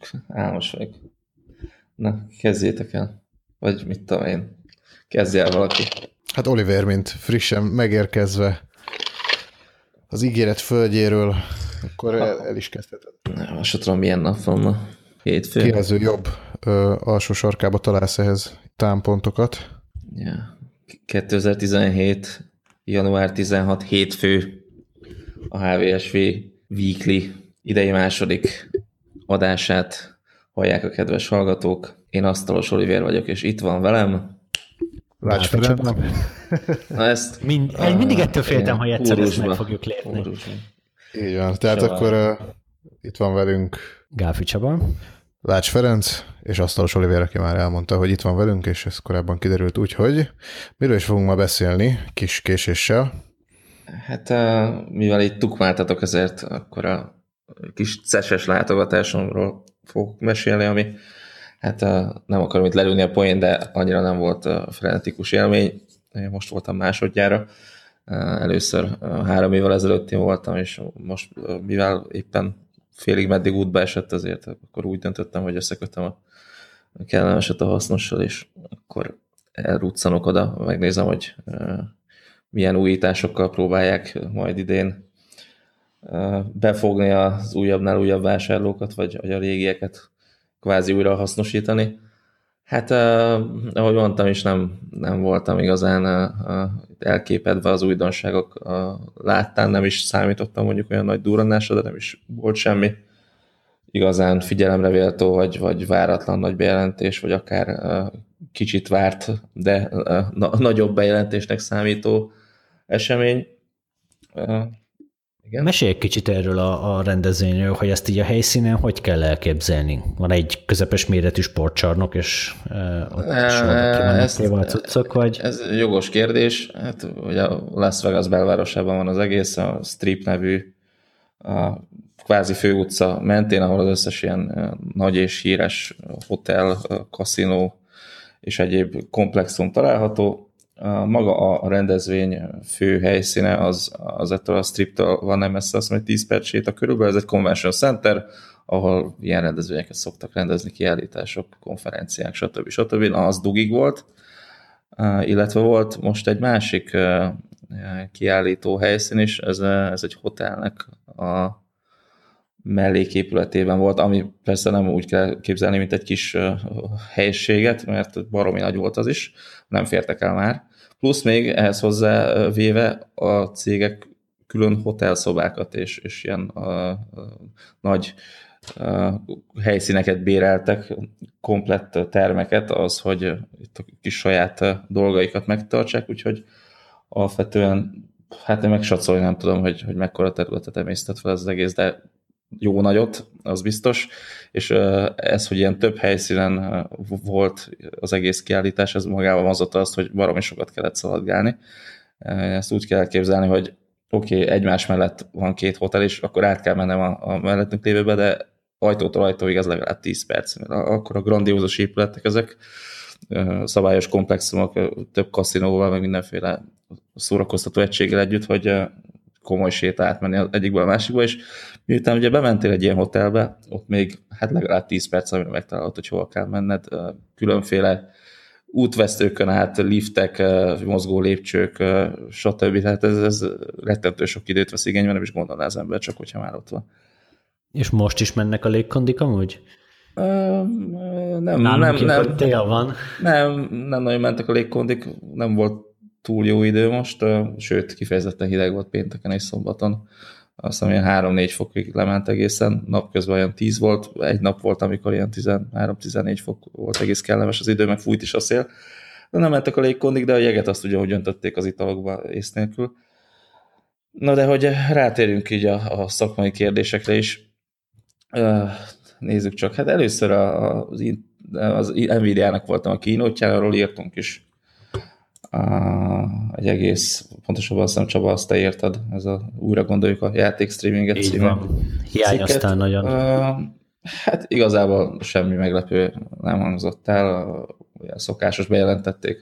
Álmos vagyok. Na, kezdjétek el. Vagy mit tudom én. Kezdj el valaki. Hát Oliver, mint frissen megérkezve az ígéret földjéről, akkor el is kezdheted. Most se tudom, milyen nap van ma. Hétfő. Kijelző jobb alsó sarkába találsz ehhez támpontokat. Ja. 2017. január 16. hétfő. A HVSV Weekly idei második adását hallják a kedves hallgatók. Én Asztalos Oliver vagyok, és itt van velem. Lács Ferenc. Na ezt... mindig ettől féltem, hogy egyszer ezt meg fogjuk lépni. Így van, tehát akkor itt van velünk Gálfi Csaba. Lács Ferenc, és Asztalos Oliver, aki már elmondta, hogy itt van velünk, és ez korábban kiderült úgy, hogy miről is fogunk ma beszélni, kis késéssel. Hát mivel itt tukmáltatok, ezért akkor a kis CES-es látogatásomról fogok mesélni, ami hát nem akarom itt lelőni a poén, de annyira nem volt frenetikus élmény. Én most voltam másodjára. Először 3 évvel ezelőtt én voltam, és most mivel éppen félig meddig útba esett, azért akkor úgy döntöttem, hogy összekötöm a kellemeset a hasznossal, és akkor elruccanok oda, megnézem, hogy milyen újításokkal próbálják majd idén befogni az újabbnál újabb vásárlókat, vagy a régieket kvázi újra hasznosítani. Hát, ahogy mondtam is, nem voltam igazán elképedve az újdonságok láttán, nem is számítottam mondjuk olyan nagy durranásra, de nem is volt semmi igazán figyelemre véltó, vagy váratlan nagy bejelentés, vagy akár kicsit várt, de nagyobb bejelentésnek számító esemény. Igen? Mesélj egy kicsit erről a rendezvényről, hogy ezt így a helyszínen hogy kell elképzelni? Van egy közepes méretű sportcsarnok, és ott sorba cuccok, vagy? Ez jogos kérdés. Hát ugye a Las Vegas belvárosában van az egész, a Strip nevű a kvázi főutca mentén, ahol az összes ilyen nagy és híres hotel, kaszinó és egyéb komplexum található. Maga a rendezvény fő helyszíne az ettől a striptől van nem messze, azt mondja, 10 perc séta körülbelül, ez egy convention center, ahol ilyen rendezvényeket szoktak rendezni, kiállítások, konferenciák, stb. Na, az dugig volt, illetve volt most egy másik kiállító helyszín is, ez egy hotelnek a melléképületében volt, ami persze nem úgy kell képzelni, mint egy kis helyiséget, mert baromi nagy volt az is, nem fértek el már. Plusz még ehhez hozzá véve a cégek külön hotelszobákat és ilyen nagy helyszíneket béreltek, komplett termeket az, hogy itt a kis saját dolgaikat megtartsák, úgyhogy alapvetően, hát én megsatszolni nem tudom, hogy mekkora területet emésztett fel ez az egész, de jó nagyot, az biztos, és ez, hogy ilyen több helyszínen volt az egész kiállítás, ez magában hozott azt, hogy baromi sokat kellett szaladgálni. Ezt úgy kell elképzelni, hogy oké, egymás mellett van 2 hotel, és akkor át kell mennem a mellettünk lévőbe, de ajtótól ajtóig ez legalább 10 perc. Akkor a grandiózus épületek ezek, szabályos komplexumok, több kaszinóval, meg mindenféle szórakoztató egységgel együtt, hogy komoly séta átmenni az egyikből a másikba, és miután ugye bementél egy ilyen hotelbe, ott még hát legalább 10 perc, amire megtalálod, hogy hol kell menned, különféle útvesztőkön át, liftek, mozgó lépcsők, stb. Tehát ez rettentő sok időt vesz igénybe, nem is gondolná az ember, csak hogyha már ott van. És most is mennek a légkondik amúgy? Nem. Tél van. Nem nagyon mentek a légkondik, nem volt túl jó idő most, sőt, kifejezetten hideg volt pénteken és szombaton. Azt hiszem, ilyen 3-4 fokig lement egészen, napközben olyan 10 volt, egy nap volt, amikor ilyen 13-14 fok volt, egész kellemes az idő, meg fújt is a szél. De nem mentek a légkondik, de a jeget azt ugye, hogy öntötték az italokba ész nélkül. Na de hogy rátérjünk így a szakmai kérdésekre is. Nézzük csak, hát először az Nvidia-nak voltam a kínótján, arról írtunk is egy egész, pontosabban azt hiszem, Csaba, azt te érted, ez újra gondoljuk a játék streaminget című hiányoztál nagyon. Hát igazából semmi meglepő nem hangzott el, olyan szokásos bejelentették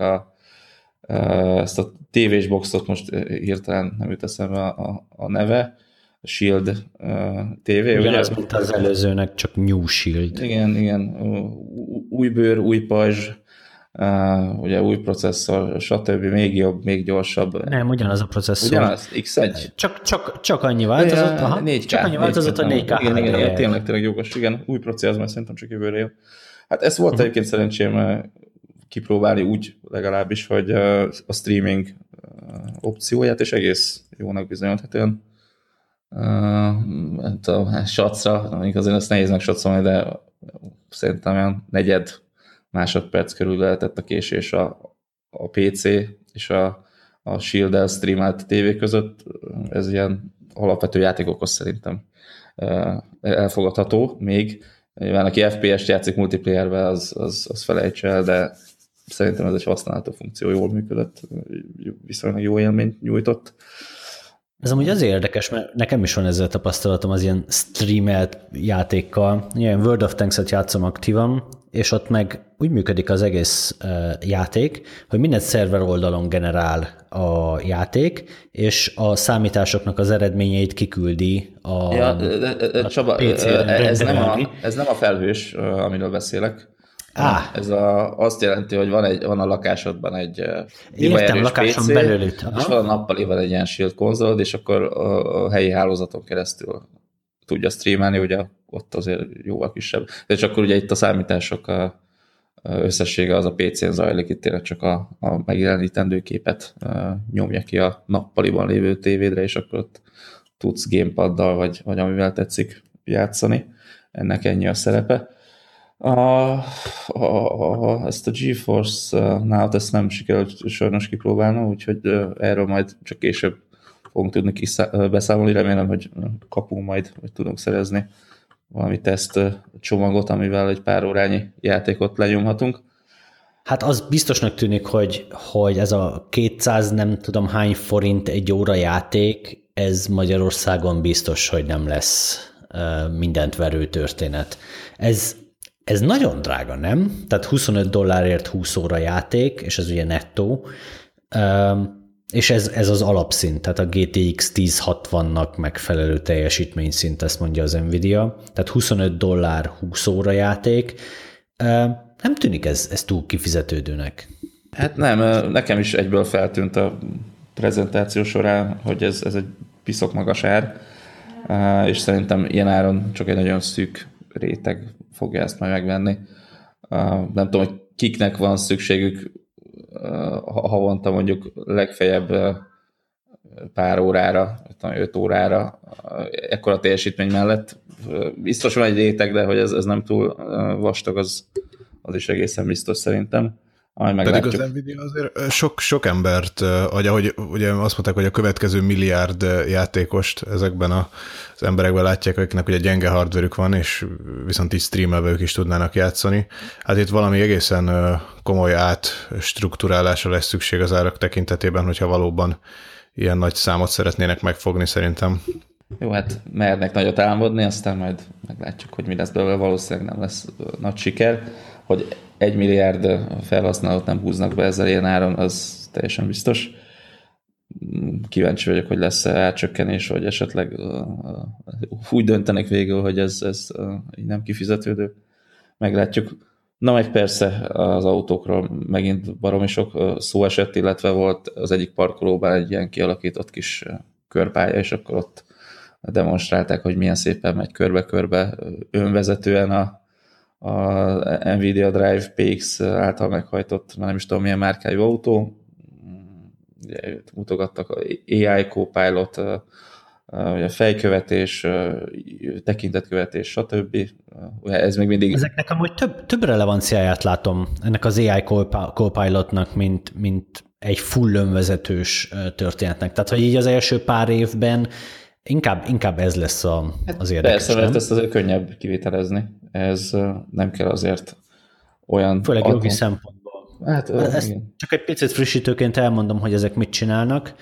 ezt a tévés boxot, most hirtelen nem jut eszembe a neve, Shield TV. Ugyanaz, mint az előzőnek, csak New Shield. Igen. Új bőr, új pajzs, ugye új processzor, stb. Még jobb, még gyorsabb. Nem, ugyanaz a processzor. Ugyanaz? X1? Csak annyi változott. Ja, 4K, csak annyi változott, a 4K. Igen, tényleg jogos. Igen, új processzor, mert szerintem csak jövőre jön. Hát ezt volt egyébként szerencsém kipróbálni úgy legalábbis, hogy a streaming opcióját, és egész jónak bizonyult. Hát olyan a shotsra, amíg azért ezt nehéz megsatszolni, de szerintem olyan negyed másodperc körül lehetett a késés a PC és a Shield-el streamelt tévé között. Ez ilyen alapvető játékokhoz szerintem elfogadható még. Nyilván aki FPS-t játszik multiplayerbe, az felejtse el, de szerintem ez egy használható funkció, jól működött, viszonylag jó élményt nyújtott. Ez amúgy azért érdekes, mert nekem is van ezzel tapasztalatom az ilyen streamelt játékkal. Ilyen World of Tanks-et játszom aktívan, és ott meg úgy működik az egész játék, hogy minden szerver oldalon generál a játék, és a számításoknak az eredményeit kiküldi a Csaba, ez nem a felhős, amiről beszélek. Ez azt jelenti, hogy van a lakásodban egy lakáson PC, belül és van a nappaliban egy ilyen Shield konzolod, és akkor a helyi hálózaton keresztül tudja streamelni, ugye ott azért jóval kisebb. De csak akkor ugye itt a számítások összessége az a PC-n zajlik, itt tényleg csak a megjelenítendő képet nyomja ki a nappaliban lévő tévédre, és akkor ott tudsz gamepaddal, vagy amivel tetszik játszani. Ennek ennyi a szerepe. Ezt a GeForce Now-t ezt nem sikerült sajnos kipróbálnom, úgyhogy erről majd csak később fogunk tudni beszámolni. Remélem, hogy kapunk majd, vagy tudunk szerezni valami teszt csomagot, amivel egy pár órányi játékot lenyomhatunk. Hát az biztosnak tűnik, hogy ez a 200 nem tudom hány forint egy óra játék, ez Magyarországon biztos, hogy nem lesz mindent verő történet. Ez nagyon drága, nem? Tehát $25 20 óra játék, és ez ugye nettó, és ez az alapszint, tehát a GTX 1060-nak megfelelő teljesítményszint, ezt mondja az Nvidia, tehát $25 20 óra játék. Nem tűnik ez túl kifizetődőnek. Hát nem, nekem is egyből feltűnt a prezentáció során, hogy ez egy piszok magas ár, és szerintem ilyen áron csak egy nagyon szűk réteg fogja ezt majd megvenni. Nem tudom, hogy kiknek van szükségük havonta mondjuk legfeljebb pár órára, 5 órára, ekkora teljesítmény mellett. Biztos van egy réteg, de hogy ez nem túl vastag, az is egészen biztos szerintem. Pedig az Nvidia azért sok embert adja, hogy ugye azt mondták, hogy a következő milliárd játékost ezekben az emberekben látják, akiknek ugye gyenge hardverük van, és viszont így streamelve ők is tudnának játszani. Hát itt valami egészen komoly átstruktúrálásra lesz szükség az árak tekintetében, hogyha valóban ilyen nagy számot szeretnének megfogni szerintem. Jó, hát mernek nagyot álmodni, aztán majd meglátjuk, hogy mi lesz belőle, valószínűleg nem lesz nagy siker. Hogy 1 milliárd felhasználót nem húznak be ezzel ilyen áron, az teljesen biztos. Kíváncsi vagyok, hogy lesz-e átcsökkenés, vagy esetleg úgy döntenek végül, hogy ez így nem kifizetődő. Meglátjuk. Na meg persze az autókról megint baromi sok szó esett, illetve volt az egyik parkolóban egy ilyen kialakított kis körpálya, és akkor ott demonstrálták, hogy milyen szépen megy körbe-körbe önvezetően a Nvidia Drive PX által meghajtott, már nem is tudom milyen márkájú autó. Ugye, mutogattak AI Copilot, a fejkövetés, tekintetkövetés, stb. Ez még mindig... Ezeknek amúgy több relevanciáját látom ennek az AI Copilotnak, mint egy full önvezetős történetnek. Tehát, hogy így az első pár évben inkább ez lesz az érdekes. Persze, mert ezt azért könnyebb kivitelezni. Ez nem kell azért olyan... Főleg jogi szempontból. Hát, ezt csak egy picit frissítőként elmondom, hogy ezek mit csinálnak.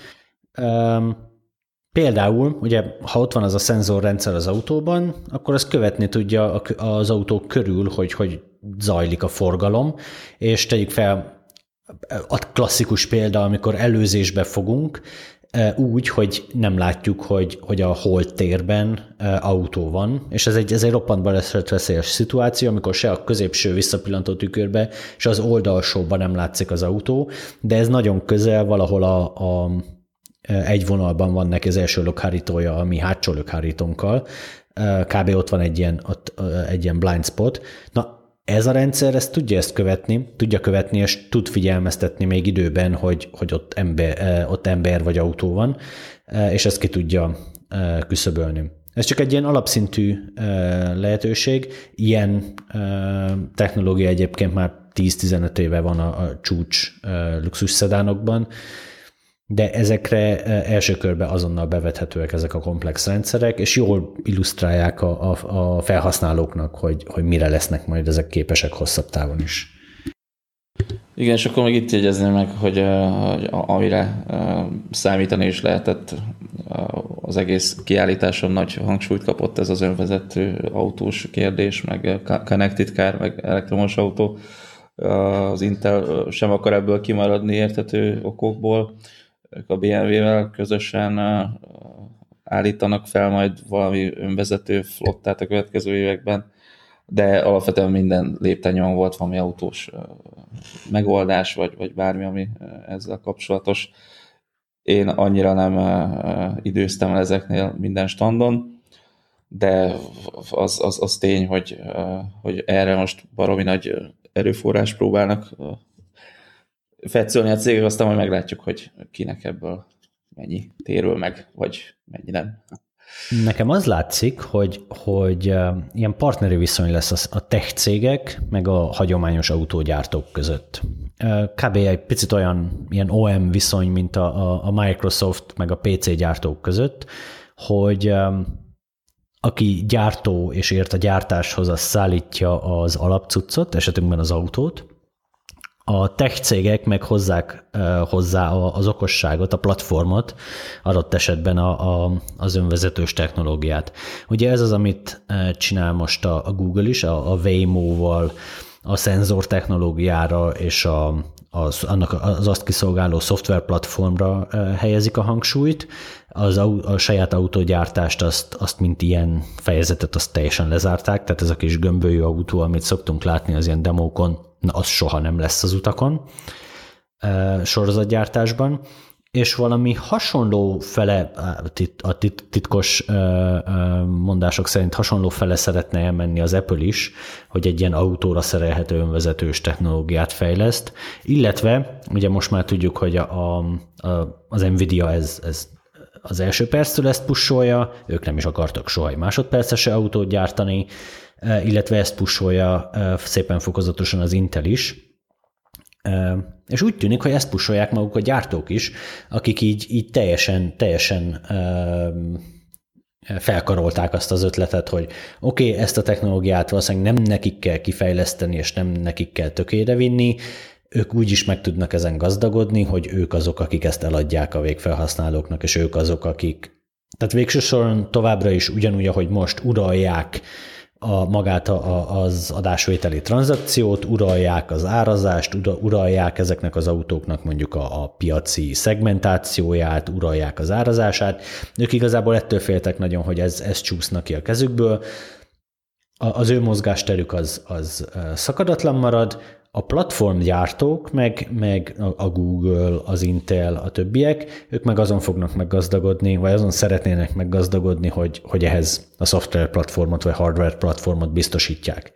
Például, ugye, ha ott van az a szenzorrendszer az autóban, akkor az követni tudja az autó körül, hogy zajlik a forgalom, és tegyük fel a klasszikus példa, amikor előzésbe fogunk, úgy, hogy nem látjuk, hogy a hold térben autó van, és ez egy roppant balesetveszélyes szituáció, amikor se a középső visszapillantó tükörbe, se az oldalsóban nem látszik az autó, de ez nagyon közel, valahol egy vonalban van neki az első lökhárítója a mi hátsó lökhárítónkkal, kb. Ott van egy ilyen blind spot. Na, ez a rendszer ezt tudja követni, és tud figyelmeztetni még időben, hogy ott ember vagy autó van, és ezt ki tudja küszöbölni. Ez csak egy ilyen alapszintű lehetőség. Ilyen technológia egyébként már 10-15 éve van a csúcs luxus szedánokban, de ezekre első körben azonnal bevethetőek ezek a komplex rendszerek, és jól illusztrálják a felhasználóknak, hogy mire lesznek majd ezek képesek hosszabb távon is. Igen, és akkor még itt jegyezném meg, hogy amire számítani is lehetett, az egész kiállításon nagy hangsúlyt kapott ez az önvezető autós kérdés, meg connected car, meg elektromos autó. Az Intel sem akar ebből kimaradni érthető okokból. Ők a BMW-vel közösen állítanak fel majd valami önvezető flottát a következő években, de alapvetően minden lépten volt valami autós megoldás, vagy bármi, ami ezzel kapcsolatos. Én annyira nem időztem el ezeknél minden standon, de az tény, hogy erre most baromi nagy erőforrás próbálnak fetszölni a cégek, aztán majd meglátjuk, hogy kinek ebből mennyi térül meg, vagy mennyi nem. Nekem az látszik, hogy ilyen partneri viszony lesz a tech cégek, meg a hagyományos autógyártók között. Kb. Egy picit olyan ilyen OM viszony, mint a Microsoft, meg a PC gyártók között, hogy aki gyártó és ért a gyártáshoz, az szállítja az alapcuccot, esetünkben az autót, a tech cégek meg hozzák hozzá az okosságot, a platformot, adott esetben az önvezetős technológiát. Ugye ez az, amit csinál most a Google is, a Waymo-val, a szenzor technológiára és az azt kiszolgáló szoftverplatformra helyezik a hangsúlyt. A saját autógyártást, azt mint ilyen fejezetet, azt teljesen lezárták, tehát ez a kis gömbölyű autó, amit szoktunk látni az ilyen demókon, az soha nem lesz az utakon sorozatgyártásban, és valami hasonló fele, a titkos mondások szerint hasonló fele szeretne elmenni az Apple is, hogy egy ilyen autóra szerelhető önvezetős technológiát fejleszt, illetve ugye most már tudjuk, hogy az Nvidia ez az első perctől ezt pusolja, ők nem is akartak soha egy másodperces autót gyártani, illetve ezt pusolja szépen fokozatosan az Intel is. És úgy tűnik, hogy ezt pusolják maguk a gyártók is, akik így teljesen felkarolták azt az ötletet, hogy oké, ezt a technológiát valószínűleg nem nekik kell kifejleszteni, és nem nekik kell tökére vinni, ők úgy is meg tudnak ezen gazdagodni, hogy ők azok, akik ezt eladják a végfelhasználóknak, és ők azok, akik... Tehát végső soron továbbra is ugyanúgy, ahogy most uralják magát az adásvételi tranzakciót, uralják az árazást, uralják ezeknek az autóknak mondjuk a piaci szegmentációját, uralják az árazását. Ők igazából ettől féltek nagyon, hogy ez csúsznak ki a kezükből. Az ő mozgásterük az szakadatlan marad, a platformgyártók, meg a Google, az Intel, a többiek, ők meg azon fognak meggazdagodni, vagy azon szeretnének meggazdagodni, hogy ehhez a szoftver platformot, vagy hardware platformot biztosítják.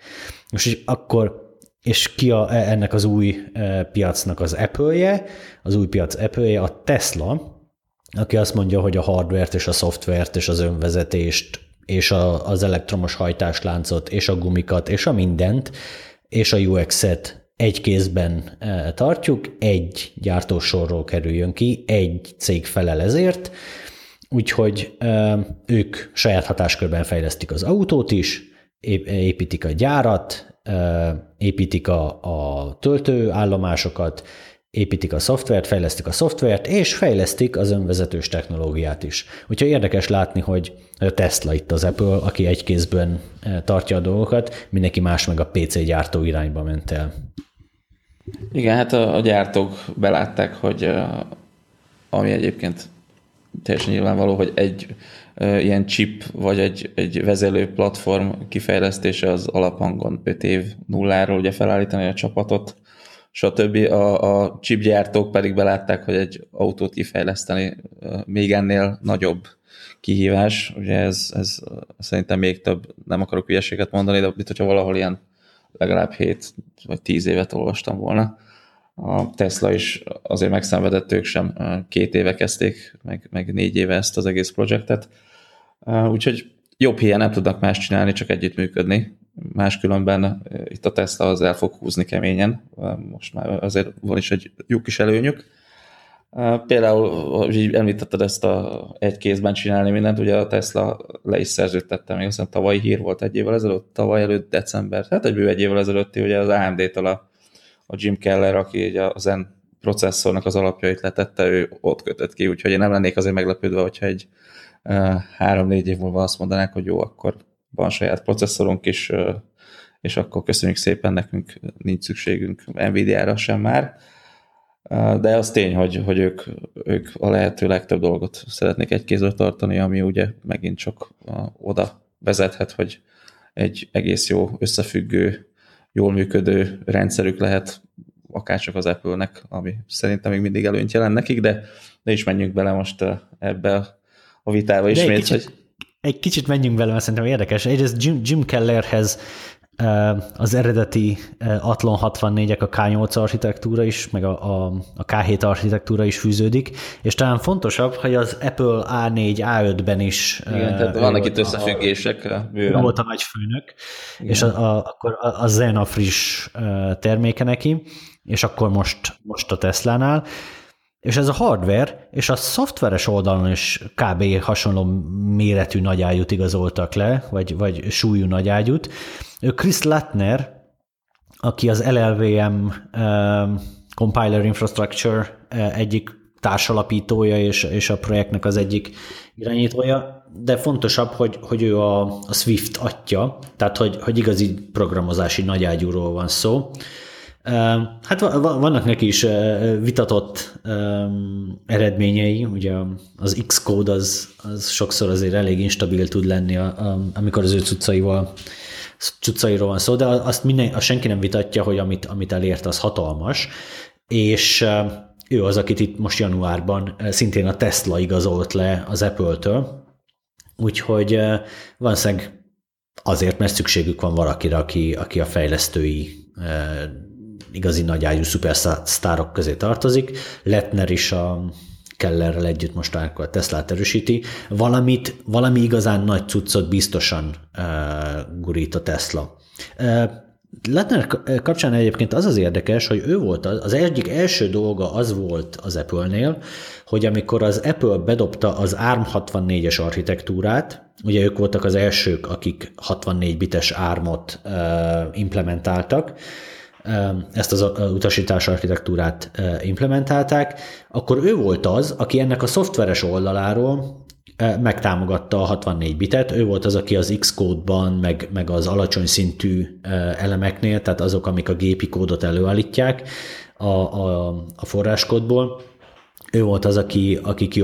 És ki ennek az új piacnak az Apple-je, az új piac Apple-je a Tesla, aki azt mondja, hogy a hardware-t és a szoftvert és az önvezetést és az elektromos hajtásláncot és a gumikat és a mindent és a UX-et egy kézben tartjuk, egy gyártósorról kerüljön ki, egy cég felel ezért, úgyhogy ők saját hatáskörben fejlesztik az autót is, építik a gyárat, építik a töltőállomásokat, építik a szoftvert, fejlesztik a szoftvert, és fejlesztik az önvezetős technológiát is. Úgyhogy érdekes látni, hogy a Tesla itt az Apple, aki egy kézben tartja a dolgokat, mindenki más meg a PC gyártó irányba ment el. Igen, hát a gyártók belátták, hogy ami egyébként teljesen nyilvánvaló, hogy egy ilyen chip, vagy egy vezérlő platform kifejlesztése az alaphangon 5 év nulláról ugye felállítani a csapatot, stb. A chipgyártók pedig belátták, hogy egy autót kifejleszteni még ennél nagyobb kihívás. Ugye ez szerintem még több, nem akarok hülyeséget mondani, de mint hogyha valahol ilyen legalább 7 vagy 10 évet olvastam volna. A Tesla is azért megszenvedett, ők sem 2 éve kezdték, meg 4 éve ezt az egész projektet. Úgyhogy jobb helyen nem tudnak más csinálni, csak együttműködni. Máskülönben itt a Tesla az el fog húzni keményen. Most már azért van is egy jó kis előnyük. Például, hogy így említetted ezt egy kézben csinálni mindent, ugye a Tesla le is szerződtette, még azt hiszem tavalyi hír volt egy évvel ezelőtt, tavaly előtt december, hát egy bő egy évvel ezelőtti, ugye az AMD-től a Jim Keller, aki ugye a Zen processzornak az alapjait letette, ő ott kötött ki, úgyhogy én nem lennék azért meglepődve, hogyha egy 3-4 év múlva azt mondanák, hogy jó, akkor van saját processzorunk is, és akkor köszönjük szépen, nekünk nincs szükségünk Nvidia-ra sem már. De az tény, hogy ők a lehető legtöbb dolgot szeretnék egy kézről tartani, ami ugye megint csak oda vezethet, hogy egy egész jó összefüggő, jól működő rendszerük lehet, akárcsak az Apple-nek, ami szerintem még mindig előnyt jelent nekik, de ne is menjünk bele most ebbe a vitába ismét. Egy kicsit menjünk bele, mert szerintem érdekes. Egyrészt Jim Kellerhez az eredeti Athlon 64-ek, a K8 architektúra is, meg a K7 architektúra is fűződik, és talán fontosabb, hogy az Apple A4, A5-ben is igen, tehát vannak itt összefüggések. Volt a nagy főnök, igen. És akkor a Zen a friss terméke neki, és akkor most a Teslánál. És ez a hardware, és a szoftveres oldalon is kb. Hasonló méretű nagyágyút igazoltak le, vagy súlyú nagyágyút. Chris Lattner, aki az LLVM Compiler Infrastructure egyik társalapítója, és a projektnek az egyik irányítója, de fontosabb, hogy ő a Swift atya, tehát hogy igazi programozási nagyágyúról van szó. Hát vannak neki is vitatott eredményei, ugye az Xcode az sokszor azért elég instabil tud lenni, amikor az ő cuccairól van szó, de azt senki nem vitatja, hogy amit elért, az hatalmas, és ő az, akit itt most januárban szintén a Tesla igazolt le az Apple-től, úgyhogy valószínűleg azért, mert szükségük van valakire, aki a fejlesztői igazi nagyágyú szupersztárok közé tartozik. Lettner is a Kellerrel együtt most a Teslát erősíti. Valami igazán nagy cuccot biztosan gurít a Tesla. Lettner kapcsán egyébként az érdekes, hogy ő volt az egyik első dolga az volt az Apple-nél, hogy amikor az Apple bedobta az ARM64-es architektúrát, ugye ők voltak az elsők, akik 64 bites ARM-ot implementáltak, ezt az utasítás architektúrát implementálták, akkor ő volt az, aki ennek a szoftveres oldaláról megtámogatta a 64 bitet, ő volt az, aki az Xcode-ban, meg az alacsony szintű elemeknél, tehát azok, amik a gépi kódot előállítják a forráskódból, ő volt az, aki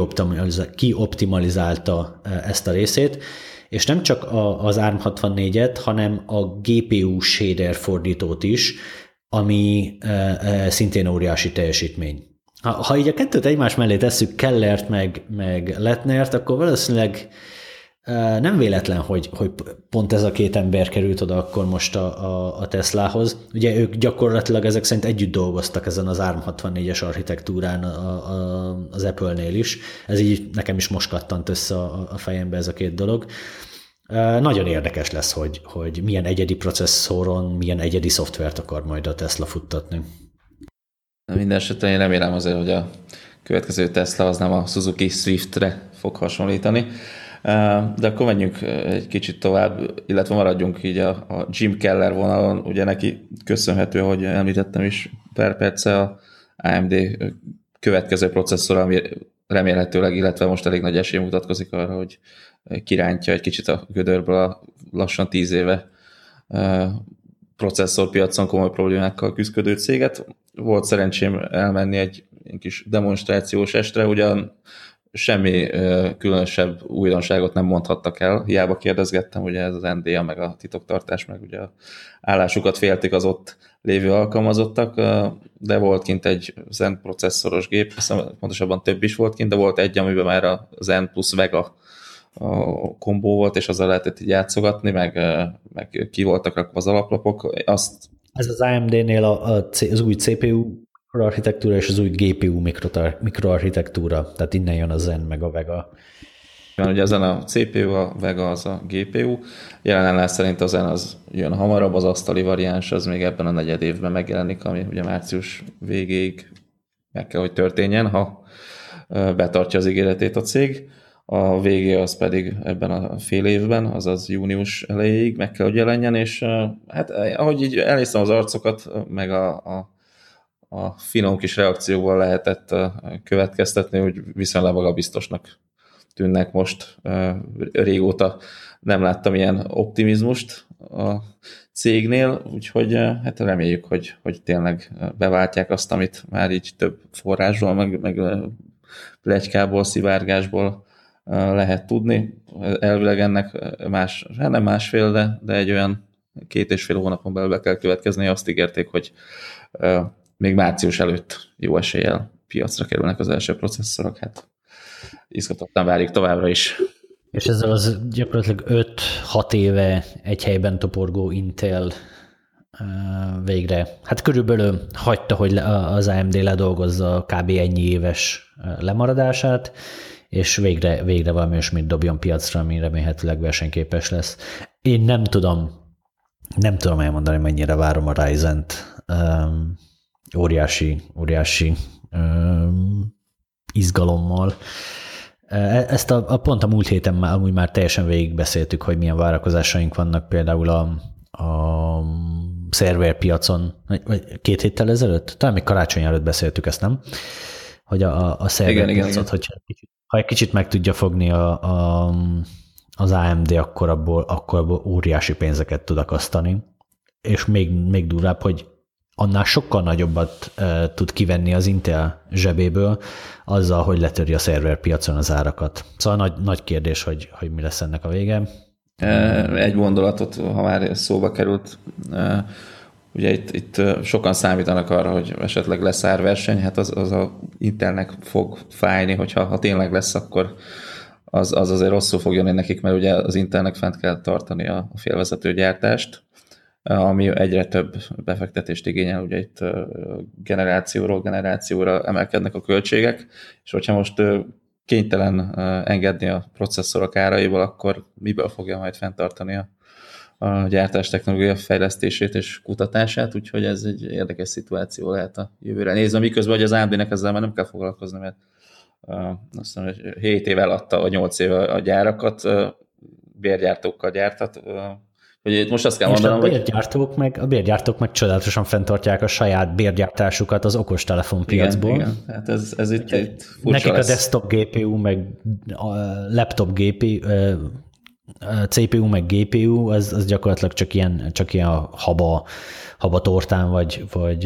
kioptimalizálta ezt a részét, és nem csak az ARM64-et, hanem a GPU shader fordítót is, ami szintén óriási teljesítmény. Ha így a kettőt egymás mellé tesszük, Kellert meg Lettnert, akkor valószínűleg nem véletlen, hogy pont ez a két ember került oda akkor most a Teslahoz. Ugye ők gyakorlatilag ezek szerint együtt dolgoztak ezen az ARM64-es architektúrán az Apple-nél is. Ez így nekem is most kattant össze a fejembe ez a két dolog. Nagyon érdekes lesz, hogy milyen egyedi processzoron, milyen egyedi szoftvert akar majd a Tesla futtatni. Minden esetben én remélem azért, hogy a következő Tesla az nem a Suzuki Swiftre fog hasonlítani. De akkor menjünk egy kicsit tovább, illetve maradjunk így a Jim Keller vonalon, ugye neki köszönhető, ahogy említettem is per perce a AMD következő processzor, ami remélhetőleg, illetve most elég nagy esély mutatkozik arra, hogy kirántja egy kicsit a gödörből a lassan 10 éve processzorpiacon komoly problémákkal küzdő céget. Volt szerencsém elmenni egy kis demonstrációs estre, ugyan semmi különösebb újdonságot nem mondhattak el. Hiába kérdezgettem, ugye ez az NDA, meg a titoktartás, meg ugye a állásukat féltik az ott lévő alkalmazottak, de volt kint egy Zen processzoros gép, pontosabban több is volt kint, de volt egy, amiben már a Zen plusz Vega a kombó volt, és azzal lehetett így játszogatni, meg ki voltak rakva az alaplapok. Ez az AMD-nél az új CPU mikroarchitektúra és az új GPU mikroarchitektúra, tehát innen jön a Zen meg a Vega. Ugye ezen a CPU, a Vega az a GPU. Jelenleg szerint a Zen az jön hamarabb, az asztali variáns az még ebben a negyed évben megjelenik, ami ugye március végéig meg kell, hogy történjen, ha betartja az ígéretét a cég. A végé az pedig ebben a fél évben, azaz június elejéig meg kell, hogy jelenjen, és hát ahogy így elnéztem az arcokat, meg a finom kis reakcióval lehetett következtetni, hogy viszonylag magabiztosnak tűnnek most. Régóta nem láttam ilyen optimizmust a cégnél, úgyhogy hát reméljük, hogy tényleg beváltják azt, amit már így több forrásból, meg pletykából, szivárgásból lehet tudni. Elvileg ennek nem másfél, de egy olyan 2,5 hónapon belül be kell következni, azt ígérték, hogy még március előtt jó eséllyel piacra kerülnek az első processzorok. Hát izgatottan várjuk továbbra is. És ezzel az gyakorlatilag 5-6 éve egy helyben toporgó Intel végre, hát körülbelül hagyta, hogy az AMD ledolgozza kb. Ennyi éves lemaradását, és végre valami olyasmit dobjon piacra, ami remélhetőleg versenyképes lesz. Én nem tudom elmondani, mennyire várom a Ryzen-t. Óriási izgalommal. Ezt pont a múlt héten amúgy már teljesen végigbeszéltük, hogy milyen várakozásaink vannak például a szerverpiacon, vagy 2 héttel ezelőtt? Talán még karácsony előtt beszéltük ezt, nem? Hogy a szerverpiacot, hogyha egy kicsit meg tudja fogni az AMD, akkor abból óriási pénzeket tud akasztani. És még durvább, hogy annál sokkal nagyobbat tud kivenni az Intel zsebéből azzal, hogy letöri a szerverpiacon az árakat. Szóval nagy kérdés, hogy mi lesz ennek a vége. Egy gondolatot, ha már szóba került, ugye itt sokan számítanak arra, hogy esetleg lesz árverseny, hát az a Intelnek fog fájni, hogyha tényleg lesz, akkor az azért rosszul fog jönni nekik, mert ugye az Intelnek fent kell tartani a félvezető gyártást, ami egyre több befektetést igényel, ugye itt generációról generációra emelkednek a költségek, és hogyha most kénytelen engedni a processzorok áraiból, akkor miből fogja majd fenntartani a gyártás technológia fejlesztését és kutatását, úgyhogy ez egy érdekes szituáció lehet a jövőre nézve, miközben hogy az AMD-nek ezzel már nem kell foglalkozni, mert azt mondom, hogy 7 év eladta, vagy 8 éve a gyárakat, bérgyártókkal gyártat, hogy itt most azt kell mondanom, a bérgyártók meg csodálatosan fenntartják a saját bérgyártásukat az okostelefon piacból. Igen. Hát ez itt furcsa nekik lesz. A desktop GPU, meg a laptop GPU, CPU, meg GPU, az gyakorlatilag csak ilyen haba tortán, vagy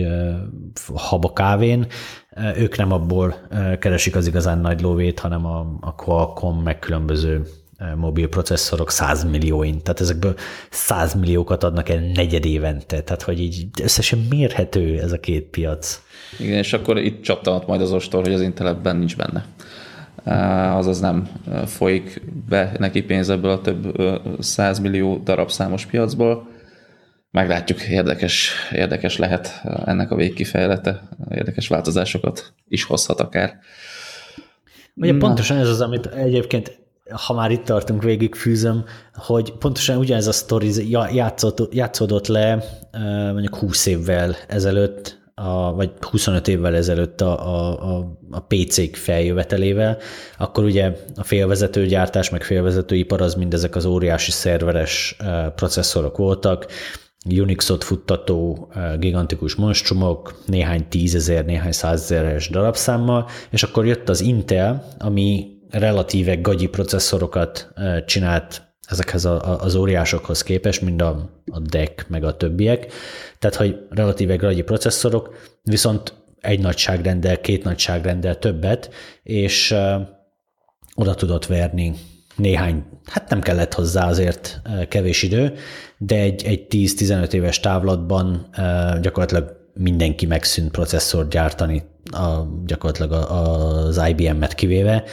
haba kávén. Ők nem abból keresik az igazán nagy lóvét, hanem a Qualcomm, meg különböző mobil processzorok 100 millióin, tehát ezekből 100 milliókat adnak el negyed évente, tehát hogy így összesen mérhető ez a két piac. Igen, és akkor itt csattanat majd az ostor, hogy az Intel ebben nincs benne. Azaz nem folyik be neki pénz ebből a több 100 millió darab számos piacból. Meglátjuk, érdekes lehet ennek a végkifejlete, érdekes változásokat is hozhat akár. Ugye pontosan ez az, amit egyébként ha már itt tartunk, végigfűzöm, hogy pontosan ugyanez a sztori játszódott le mondjuk 20 évvel ezelőtt, vagy 25 évvel ezelőtt a PC-k feljövetelével, akkor ugye a félvezetőgyártás, meg félvezetőipar az mindezek az óriási szerveres processzorok voltak, Unixot futtató gigantikus monstrumok, néhány 10 000, néhány 100 000-es darabszámmal, és akkor jött az Intel, ami relatíve gagyi processzorokat csinált ezekhez az óriásokhoz képest, mind a DEC, meg a többiek. Tehát, hogy relatíve gagyi processzorok, viszont egy nagyságrendel, 2 nagyságrendel többet, és oda tudott verni néhány, hát nem kellett hozzá azért kevés idő, de egy 10-15 éves távlatban gyakorlatilag mindenki megszűnt processzort gyártani, gyakorlatilag az IBM-et kivéve.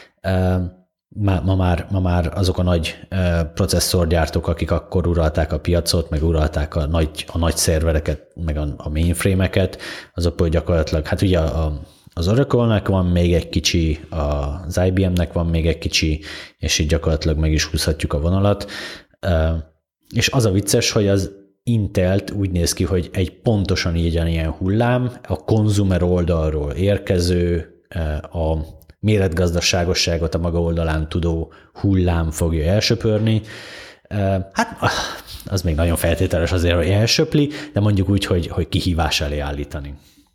Ma már azok a nagy processzorgyártók, akik akkor uralták a piacot, meg uralták a nagy szervereket, meg a mainframe-eket, azokból gyakorlatilag, hát ugye az Oracle-nek van még egy kicsi, az IBM-nek van még egy kicsi, és így gyakorlatilag meg is húzhatjuk a vonalat. És az a vicces, hogy az Intelt úgy néz ki, hogy egy pontosan ilyen hullám, a konzumer oldalról érkező, a méretgazdaságosságot a maga oldalán tudó hullám fogja elsöpörni. Hát az még nagyon feltételes azért, hogy elsöpli, de mondjuk úgy, hogy kihívás elé állítani.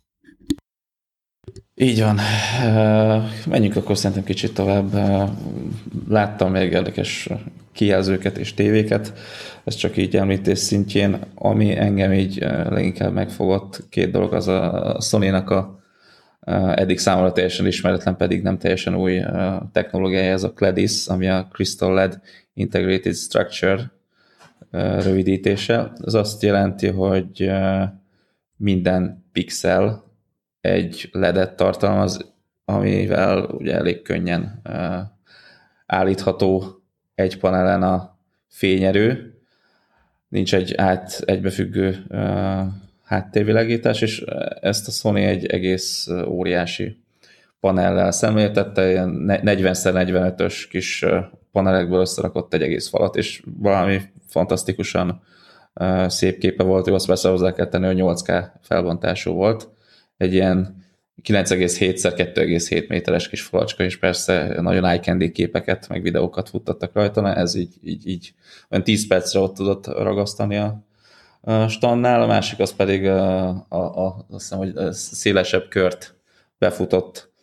Így van. Menjünk akkor szerintem kicsit tovább. Láttam még érdekes kijelzőket és tévéket, ez csak így említés szintjén. Ami engem így leginkább megfogott, két dolog, az a Sony-nak eddig számomra teljesen ismeretlen, pedig nem teljesen új technológiája, ez a CLEDIS, ami a Crystal LED Integrated Structure rövidítése. Ez azt jelenti, hogy minden pixel egy LED-et tartalmaz, amivel ugye elég könnyen állítható egy panelen a fényerő, nincs egy egybefüggő háttérvilágítás, és ezt a Sony egy egész óriási panellel szemléltette, ilyen 40x45-ös kis panelekből összerakott egy egész falat, és valami fantasztikusan szép képe volt, ő azt persze hozzá kell tenni, hogy 8K felbontású volt, egy ilyen 9,7x2,7 méteres kis falacska, és persze nagyon eye-candy képeket, meg videókat futtattak rajta, ez így olyan 10 percre ott tudott ragasztani a standnál, a másik az pedig azt hiszem, hogy szélesebb kört befutott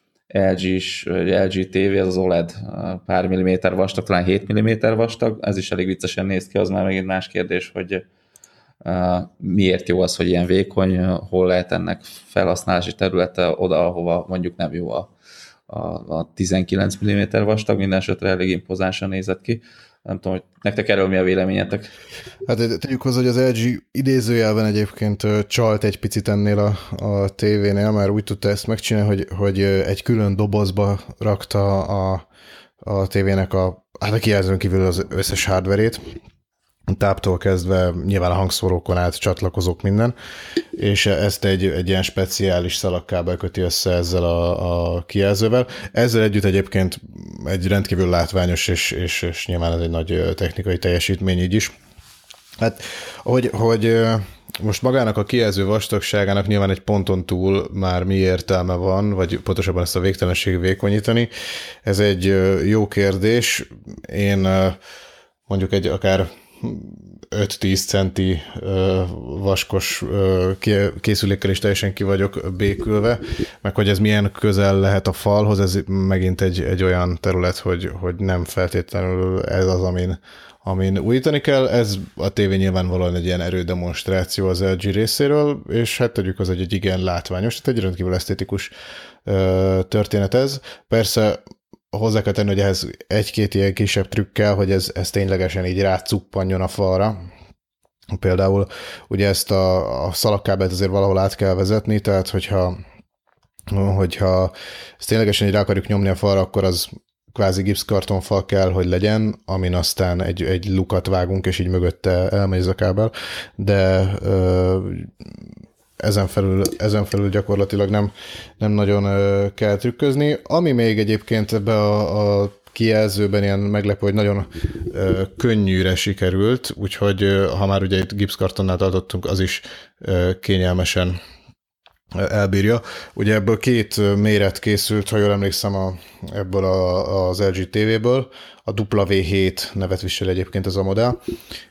LG TV, ez az OLED pár milliméter vastag, talán 7 mm vastag, ez is elég viccesen néz ki, az már megint más kérdés, hogy miért jó az, hogy ilyen vékony, hol lehet ennek felhasználási területe oda, ahova mondjuk nem jó a 19 mm vastag, minden esetre elég impozánsan nézett ki. Nem tudom, hogy nektek erről mi a véleményetek? Hát tegyük hozzá, hogy az LG idézőjelben egyébként csalt egy picit ennél a tévénél, mert úgy tudta ezt megcsinálni, hogy egy külön dobozba rakta a tévének a kijelzőn kívül az összes hardverét, táptól kezdve nyilván a hangszórókon át csatlakozók minden, és ezt egy ilyen speciális szalagkábel köti össze ezzel a kijelzővel. Ezzel együtt egyébként egy rendkívül látványos, és nyilván ez egy nagy technikai teljesítmény így is. Hát, hogy most magának a kijelző vastagságának nyilván egy ponton túl már mi értelme van, vagy pontosabban ezt a végtelenség vékonyítani. Ez egy jó kérdés. Én mondjuk egy akár 5-10 centi vaskos készülékkel is teljesen ki vagyok békülve, meg hogy ez milyen közel lehet a falhoz, ez megint egy olyan terület, hogy nem feltétlenül ez az, amin újítani kell. Ez a tévé nyilvánvalóan egy ilyen erődemonstráció az LG részéről, és hát tegyük hozzá, hogy egy igen látványos, tehát egy rendkívül esztétikus történet ez. Persze hozzá kell tenni, hogy ehhez egy-két ilyen kisebb trükkel, hogy ez ténylegesen így rácuppanjon a falra. Például ugye ezt a szalagkábelt azért valahol át kell vezetni, tehát hogyha ezt ténylegesen így rá akarjuk nyomni a falra, akkor az kvázi gipszkartonfal kell, hogy legyen, amin aztán egy lukat vágunk, és így mögötte elmegy ez a kábel, de ezen felül gyakorlatilag nem nagyon kell trükközni. Ami még egyébként ebbe a kijelzőben ilyen meglepő, hogy nagyon könnyűre sikerült, úgyhogy ha már ugye itt gipszkartonnál tartottunk, az is kényelmesen elbírja. Ugye ebből 2 méret készült, ha jól emlékszem, ebből az LG TV-ből. A W7 nevet visel egyébként ez a modell,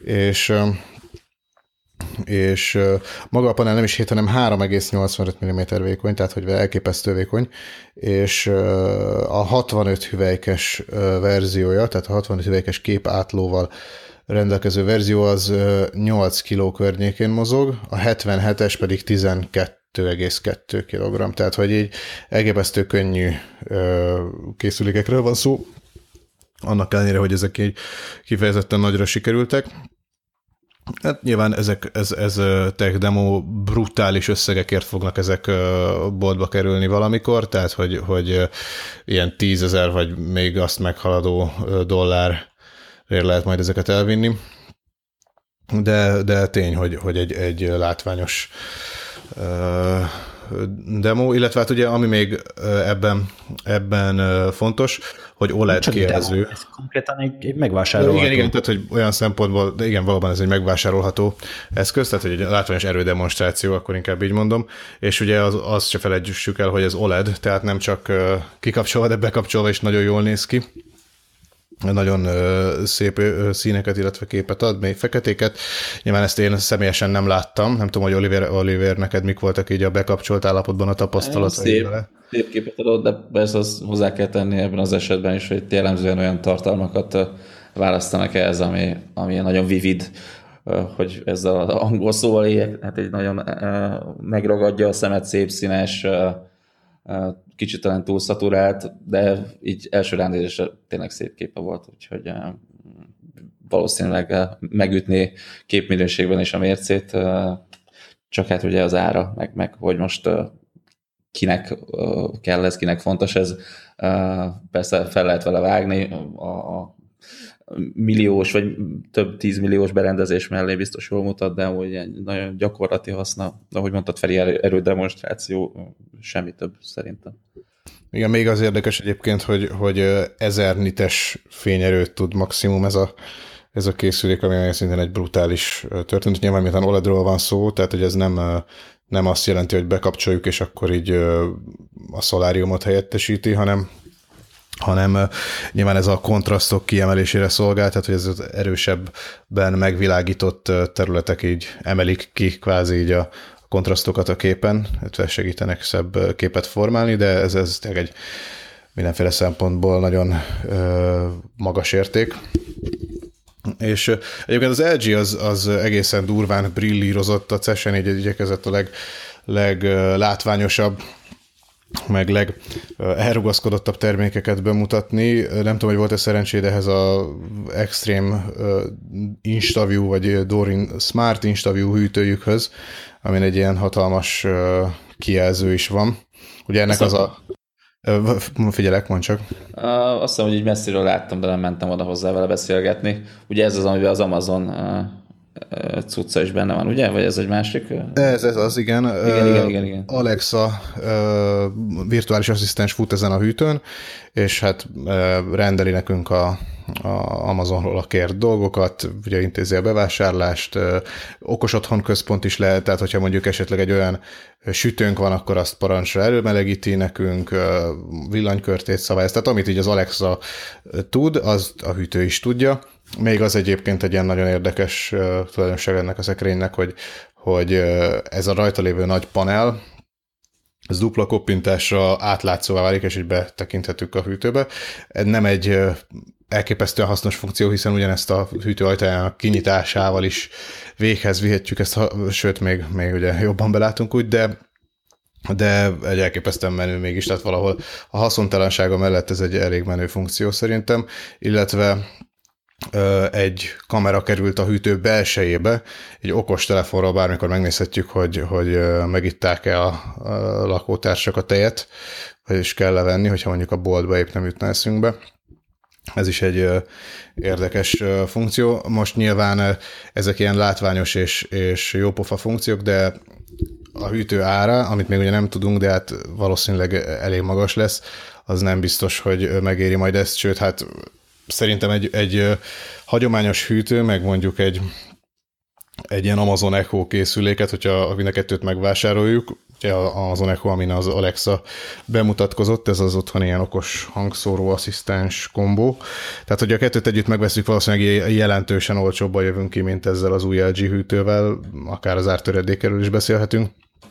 és maga a panel nem is 7, hanem 3,85 mm vékony, tehát hogy elképesztő vékony, és a 65 hüvelykes verziója, tehát a 65 hüvelykes képátlóval rendelkező verzió az 8 kg környékén mozog, a 77-es pedig 12,2 kg, tehát hogy így elképesztő könnyű készülékekről van szó, annak ellenére, hogy ezek így kifejezetten nagyra sikerültek. Hát nyilván ez tech demo, brutális összegekért fognak ezek boltba kerülni valamikor, tehát hogy ilyen 10 000 vagy még azt meghaladó dollárért lehet majd ezeket elvinni. De tény, hogy egy látványos demo, illetve hát ugye ami még ebben fontos, hogy OLED kijelző. Ez konkrétan egy megvásárolható. Igen, tehát hogy olyan szempontból, de igen, valóban ez egy megvásárolható eszköz, tehát hogy egy látványos erődemonstráció, akkor inkább így mondom, és ugye azt se felejtsük el, hogy ez OLED, tehát nem csak kikapcsolva, de bekapcsolva is nagyon jól néz ki. Nagyon szép színeket, illetve képet ad, még feketéket. Nyilván ezt én személyesen nem láttam. Nem tudom, hogy Oliver, neked mik voltak így a bekapcsolt állapotban a tapasztalatai vele. Szép képet adott, de persze azt hozzá kell tenni ebben az esetben is, hogy jellemzően olyan tartalmakat választanak ehhez, ami nagyon vivid, hogy ezzel az angol szóval éljek, hát egy nagyon megragadja a szemet, szép színes, kicsit talán túl szaturált, de így első ránézésre tényleg szép képe volt, úgyhogy valószínűleg megütni képminőségben is a mércét, csak hát ugye az ára, meg hogy most kinek kell ez, kinek fontos ez, persze fel lehet vele vágni, a milliós vagy több 10 milliós berendezés mellé biztos jól mutat, de hogy egy nagyon gyakorlati haszna, ahogy mondtad, Feri, erődemonstráció, semmi több szerintem. Igen, még az érdekes egyébként, hogy 1000 nites fényerőt tud maximum ez a készülék, ami szintén egy brutális történet. Nyilván miután OLED-ről van szó, tehát hogy ez nem azt jelenti, hogy bekapcsoljuk, és akkor így a szoláriumot helyettesíti, hanem nyilván ez a kontrasztok kiemelésére szolgál, tehát hogy ez az erősebben megvilágított területek így emelik ki kvázi így a kontrasztokat a képen, illetve segítenek szebb képet formálni, de ez tényleg egy mindenféle szempontból nagyon magas érték. És egyébként az LG az egészen durván brillírozott a CES-en, így igyekezett a leglátványosabb, meg elrugaszkodottabb termékeket bemutatni. Nem tudom, hogy volt-e szerencséd ehhez az Extreme InstaView, vagy Dorin Smart InstaView hűtőjükhöz, amin egy ilyen hatalmas kijelző is van. Ugye ennek az a... Figyelek, mondd csak. Azt hiszem, hogy így messziről láttam, de nem mentem oda hozzá vele beszélgetni. Ugye ez az, amiben az Amazon cucca is benne van, ugye? Vagy ez egy másik? Ez az, igen. Igen. Alexa virtuális asszisztens fut ezen a hűtőn, és hát rendeli nekünk a Amazonról a kért dolgokat, ugye intézi a bevásárlást, okos otthon központ is lehet, tehát hogyha mondjuk esetleg egy olyan sütőnk van, akkor azt parancsra előmelegíti nekünk, villanykörtét szabályoz, tehát amit így az Alexa tud, az a hűtő is tudja. Még az egyébként egy ilyen nagyon érdekes tulajdonság ennek a szekrénynek, hogy ez a rajta lévő nagy panel, ez dupla koppintásra átlátszóvá válik, és így betekinthetünk a hűtőbe. Ez nem egy elképesztően hasznos funkció, hiszen ugyanezt a hűtő ajtajának kinyitásával is véghez vihetjük ezt, sőt, még ugye jobban belátunk úgy, de egy elképesztően menő mégis, tehát valahol a haszontalansága mellett ez egy elég menő funkció szerintem, illetve egy kamera került a hűtő belsejébe, egy okos telefonról bármikor megnézhetjük, hogy megitták-e a lakótársak a tejet, vagyis kell levenni, hogyha mondjuk a boltba épp nem jutna eszünkbe. Ez is egy érdekes funkció. Most nyilván ezek ilyen látványos és jópofa funkciók, de a hűtő ára, amit még ugye nem tudunk, de hát valószínűleg elég magas lesz, az nem biztos, hogy megéri majd ezt, sőt, hát szerintem egy hagyományos hűtő, meg mondjuk egy ilyen Amazon Echo készüléket, hogyha mind a kettőt megvásároljuk, ugye az Amazon Echo, amin az Alexa bemutatkozott, ez az otthon ilyen okos hangszóró asszisztens kombó. Tehát, hogy a kettőt együtt megveszünk, valószínűleg jelentősen olcsóbban jövünk ki, mint ezzel az új LG hűtővel, akár az ártöredékéről is beszélhetünk,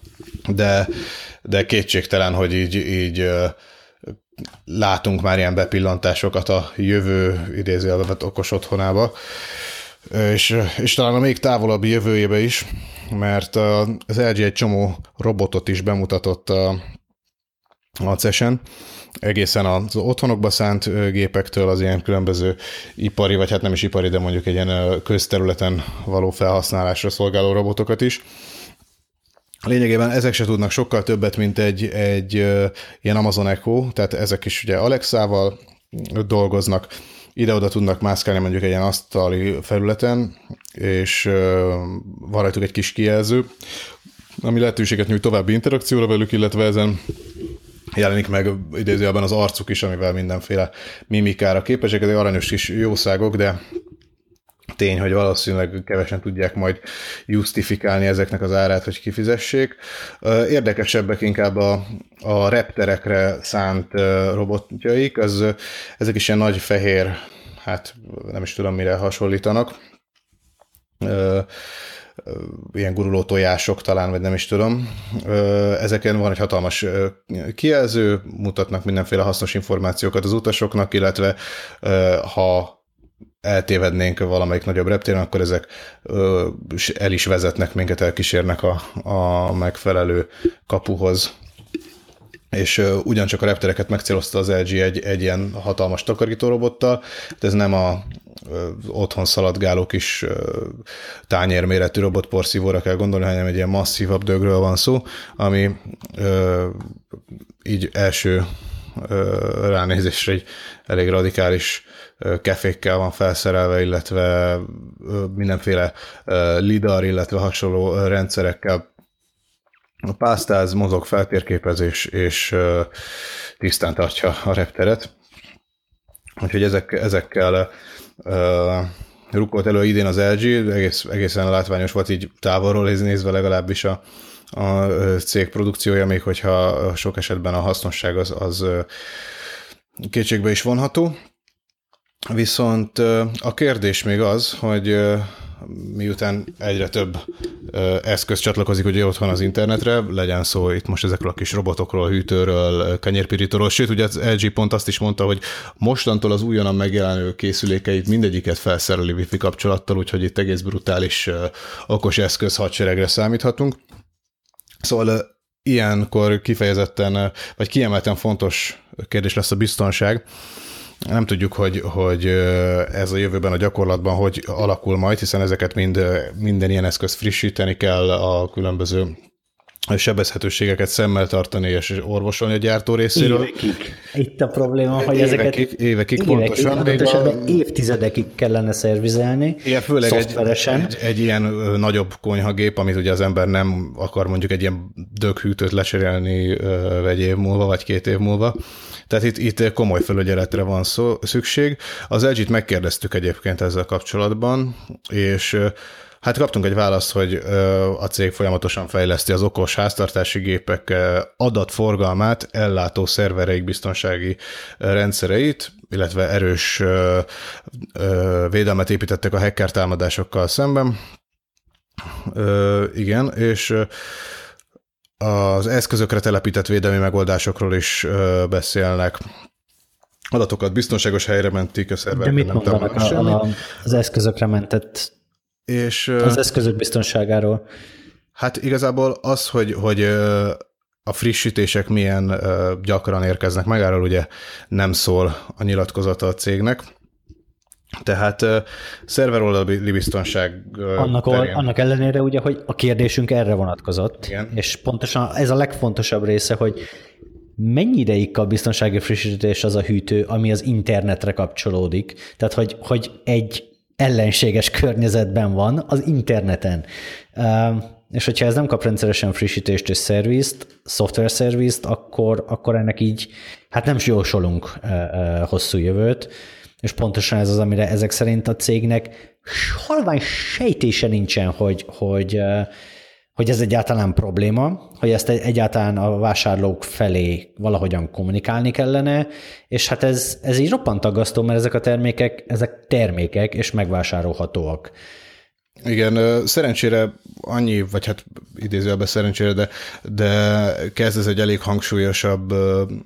de kétségtelen, hogy így látunk már ilyen bepillantásokat a jövő idézőjelben okos otthonába, és talán a még távolabbi jövőjébe is, mert az LG egy csomó robotot is bemutatott a CES-en, egészen az otthonokba szánt gépektől, az ilyen különböző ipari, vagy hát nem is ipari, de mondjuk egy ilyen közterületen való felhasználásra szolgáló robotokat is. Lényegében ezek se tudnak sokkal többet, mint egy ilyen Amazon Echo, tehát ezek is ugye Alexával dolgoznak, ide-oda tudnak mászkálni mondjuk egy ilyen asztali felületen, és van rajtuk egy kis kijelző, ami lehetőséget nyújt további interakcióra velük, illetve ezen jelenik meg idézőjelben az arcuk is, amivel mindenféle mimikára képesek. Ezek aranyos kis jószágok, de tény, hogy valószínűleg kevesen tudják majd justifikálni ezeknek az árát, hogy kifizessék. Érdekesebbek inkább a repterekre szánt robotjaik, ezek is ilyen nagy fehér, hát nem is tudom mire hasonlítanak, ilyen guruló tojások talán, vagy nem is tudom. Ezeken van egy hatalmas kijelző, mutatnak mindenféle hasznos információkat az utasoknak, illetve ha eltévednénk valamelyik nagyobb reptéren, akkor ezek el is vezetnek minket, elkísérnek a megfelelő kapuhoz. És ugyancsak a reptereket megcélozta az LG egy ilyen hatalmas takarítórobottal, de ez nem a otthon szaladgáló kis tányérméretű robotporszívóra kell gondolni, hanem egy ilyen masszívabb dögről van szó, ami így első ránézésre egy elég radikális kefékkel van felszerelve, illetve mindenféle lidar, illetve hasonló rendszerekkel pásztáz, mozog, feltérképezés, és tisztán tartja a repteret. Úgyhogy ezekkel rukkolt elő idén az LG, egészen látványos volt így távolról nézve legalábbis a cég produkciója, még hogyha sok esetben a hasznosság az kétségbe is vonható. Viszont a kérdés még az, hogy miután egyre több eszköz csatlakozik ugye otthon az internetre, legyen szó itt most ezekről a kis robotokról, hűtőről, kenyérpirítóról, sőt, ugye az LG pont azt is mondta, hogy mostantól az újonnan megjelenő készülékeit mindegyiket felszereli wifi kapcsolattal, úgyhogy itt egész brutális okos eszköz hadseregre számíthatunk. Szóval ilyenkor kifejezetten, vagy kiemelten fontos kérdés lesz a biztonság. Nem tudjuk, hogy ez a jövőben a gyakorlatban hogy alakul majd, hiszen ezeket minden ilyen eszköz frissíteni kell, a különböző sebezhetőségeket szemmel tartani és orvosolni a gyártó részéről. Évekig. Itt a probléma, hogy ezeket évekig pontosan. Évtizedekig kellene szervizelni, igen, főleg szoftveresen. Egy ilyen nagyobb konyhagép, amit ugye az ember nem akar mondjuk egy ilyen döghűtőt lecserélni egy év múlva, vagy 2 év múlva. Tehát itt komoly felügyeletre van szükség. Az LG-t megkérdeztük egyébként ezzel kapcsolatban, és hát kaptunk egy választ, hogy a cég folyamatosan fejleszti az okos háztartási gépek adatforgalmát, ellátó szervereik biztonsági rendszereit, illetve erős védelmet építettek a hacker támadásokkal szemben. Igen, és az eszközökre telepített védelmi megoldásokról is beszélnek. Adatokat biztonságos helyre mentik a szervereket. De mit mondanak az eszközökre mentett, és az eszközök biztonságáról? Hát igazából az, hogy a frissítések milyen gyakran érkeznek meg, erről ugye nem szól a nyilatkozata a cégnek. Tehát szerveroldali biztonság annak ellenére ugye, hogy a kérdésünk erre vonatkozott, igen. És pontosan ez a legfontosabb része, hogy mennyi ideig kap biztonsági frissítés az a hűtő, ami az internetre kapcsolódik, tehát hogy egy ellenséges környezetben van az interneten. És hogyha ez nem kap rendszeresen frissítést és szervizt, szoftver szervizt, akkor ennek így hát nem jósolunk hosszú jövőt, és pontosan ez az, amire ezek szerint a cégnek halvány sejtése nincsen, hogy ez egyáltalán probléma, hogy ezt egyáltalán a vásárlók felé valahogyan kommunikálni kellene, és hát ez így roppant aggasztó, mert ezek a termékek és megvásárolhatóak. Igen, szerencsére annyi, vagy hát idézőjelben szerencsére, de kezd ez egy elég hangsúlyosabb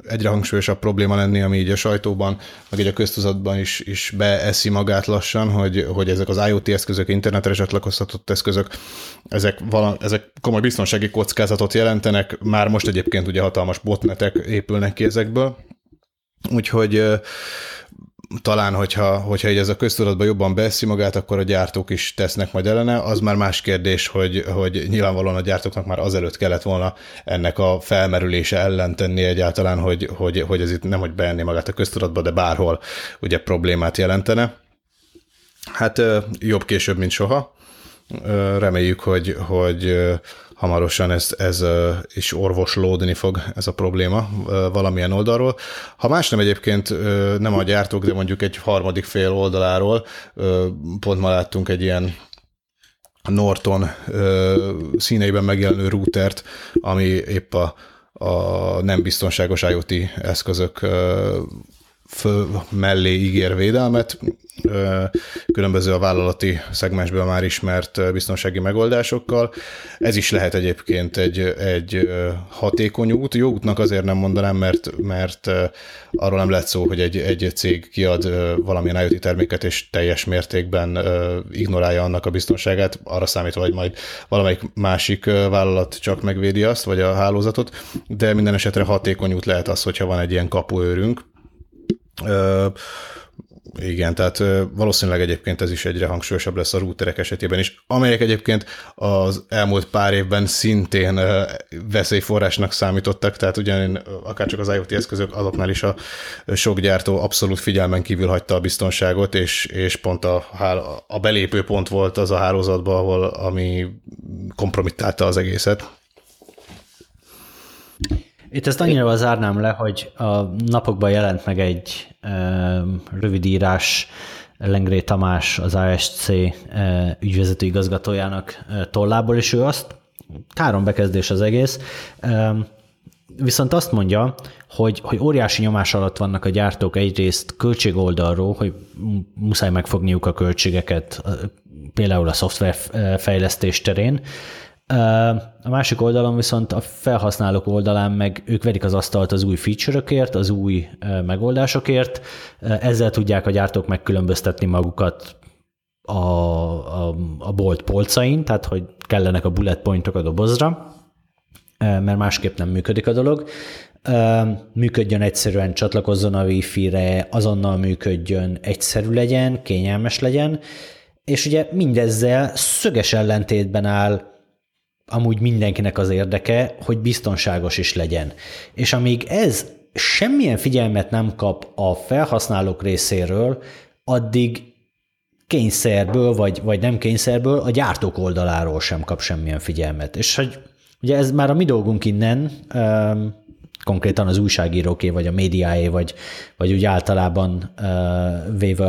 egyre hangsúlyosabb probléma lenni, ami így a sajtóban, meg így a köztudatban is beeszi magát lassan, hogy ezek az IoT eszközök, internetre csatlakoztatott eszközök, ezek komoly biztonsági kockázatot jelentenek, már most egyébként ugye hatalmas botnetek épülnek ki ezekből, úgyhogy talán, hogyha így ez a köztudatban jobban beeszi magát, akkor a gyártók is tesznek majd ellene. Az már más kérdés, hogy nyilvánvalóan a gyártóknak már azelőtt kellett volna ennek a felmerülése ellen tenni egyáltalán, hogy ez itt nem, hogy beenni magát a köztudatba, de bárhol ugye problémát jelentene. Hát jobb később, mint soha. Reméljük, hogy hamarosan ez is orvoslódni fog ez a probléma valamilyen oldalról. Ha más nem egyébként nem a gyártók, de mondjuk egy harmadik fél oldaláról, pont ma láttunk egy ilyen Norton színeiben megjelenő routert, ami épp a nem biztonságos IoT eszközök mellé ígér védelmet, különböző a vállalati szegmensből már ismert biztonsági megoldásokkal. Ez is lehet egyébként egy hatékony út. Jó útnak azért nem mondanám, mert arról nem lehet szó, hogy egy cég kiad valamilyen IoT terméket, és teljes mértékben ignorálja annak a biztonságát, arra számítva, hogy majd valamelyik másik vállalat csak megvédi azt, vagy a hálózatot, de minden esetre hatékony út lehet az, hogyha van egy ilyen kapuőrünk. Igen, tehát valószínűleg egyébként ez is egyre hangsúlyosabb lesz a routerek esetében is, amelyek egyébként az elmúlt pár évben szintén veszélyforrásnak számítottak, tehát ugyan akárcsak az IoT eszközök, azoknál is a sok gyártó abszolút figyelmen kívül hagyta a biztonságot, és pont a belépő pont volt az a hálózatban, ami kompromittálta az egészet. Itt ezt annyira zárnám le, hogy a napokban jelent meg egy rövidírás Lengré Tamás, az ASC ügyvezető igazgatójának tollából, és ő azt, 3 bekezdés az egész, viszont azt mondja, hogy óriási nyomás alatt vannak a gyártók egyrészt költségoldalról, hogy muszáj megfogniuk a költségeket, például a szoftverfejlesztés terén. A másik oldalon viszont a felhasználók oldalán meg ők verik az asztalt az új feature-ökért, az új megoldásokért, ezzel tudják a gyártók megkülönböztetni magukat a bolt polcain, tehát hogy kellenek a bullet pointok a dobozra, mert másképp nem működik a dolog. Működjön egyszerűen, csatlakozzon a Wi-Fi-re, azonnal működjön, egyszerű legyen, kényelmes legyen, és ugye mindezzel szöges ellentétben áll amúgy mindenkinek az érdeke, hogy biztonságos is legyen. És amíg ez semmilyen figyelmet nem kap a felhasználók részéről, addig kényszerből, vagy nem kényszerből a gyártók oldaláról sem kap semmilyen figyelmet. És hogy ugye ez már a mi dolgunk innen, konkrétan az újságíróké, vagy a médiáé, vagy úgy általában véve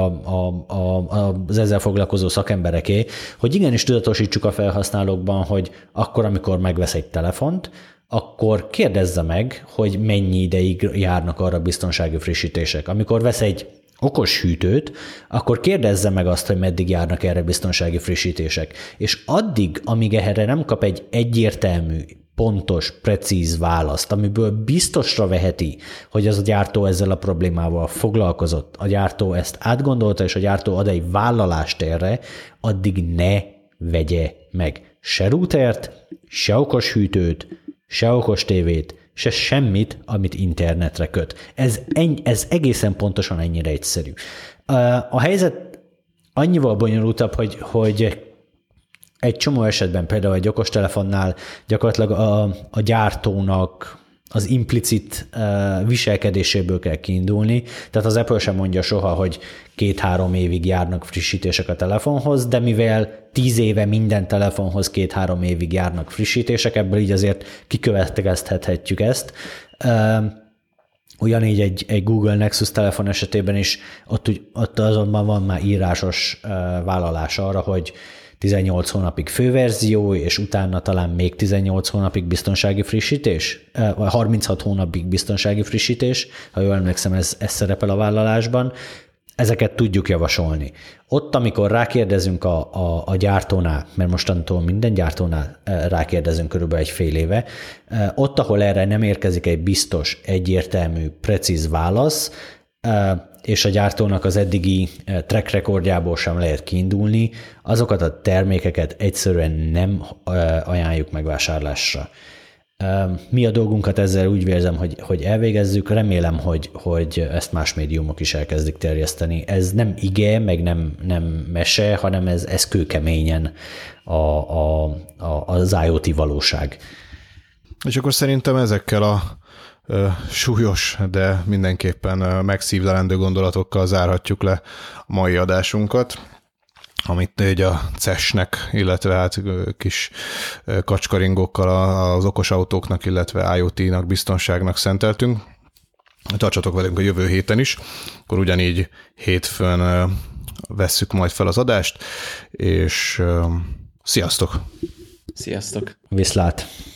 az ezzel foglalkozó szakembereké, hogy igenis tudatosítsuk a felhasználókban, hogy akkor, amikor megvesz egy telefont, akkor kérdezze meg, hogy mennyi ideig járnak arra biztonsági frissítések. Amikor vesz egy okos hűtőt, akkor kérdezze meg azt, hogy meddig járnak erre biztonsági frissítések. És addig, amíg erre nem kap egy egyértelmű, pontos, precíz választ, amiből biztosra veheti, hogy az a gyártó ezzel a problémával foglalkozott, a gyártó ezt átgondolta, és a gyártó ad egy vállalást erre, addig ne vegye meg se routert, se okos hűtőt, se okos tévét, se semmit, amit internetre köt. Ez egészen pontosan ennyire egyszerű. A helyzet annyival bonyolultabb, hogy egy csomó esetben, például egy okostelefonnál gyakorlatilag a gyártónak az implicit viselkedéséből kell kiindulni. Tehát az Apple sem mondja soha, hogy 2-3 évig járnak frissítések a telefonhoz, de mivel 10 éve minden telefonhoz 2-3 évig járnak frissítések, ebből így azért kikövetkeztethetjük ezt. Ugyanígy egy Google Nexus telefon esetében is ott azonban van már írásos vállalás arra, hogy 18 hónapig főverzió, és utána talán még 18 hónapig biztonsági frissítés, vagy 36 hónapig biztonsági frissítés, ha jól emlékszem, ez szerepel a vállalásban. ezeket tudjuk javasolni. Ott, amikor rákérdezünk a gyártónál, mert mostantól minden gyártónál rákérdezünk körülbelül egy fél éve, ott, ahol erre nem érkezik egy biztos, egyértelmű, precíz válasz, és a gyártónak az eddigi track recordjából sem lehet kiindulni, azokat a termékeket egyszerűen nem ajánljuk megvásárlásra. Mi a dolgunkat ezzel úgy vérzem, hogy elvégezzük, remélem, hogy ezt más médiumok is elkezdik terjeszteni. Ez nem ige, meg nem mese, hanem ez kőkeményen az IoT valóság. És akkor szerintem ezekkel a súlyos, de mindenképpen megszívlelendő gondolatokkal zárhatjuk le a mai adásunkat, amit így a CES-nek, illetve hát kis kacskaringókkal az okos autóknak, illetve IoT-nak, biztonságnak szenteltünk. Tartsatok velünk a jövő héten is, akkor ugyanígy hétfőn vesszük majd fel az adást, és sziasztok! Sziasztok! Viszlát!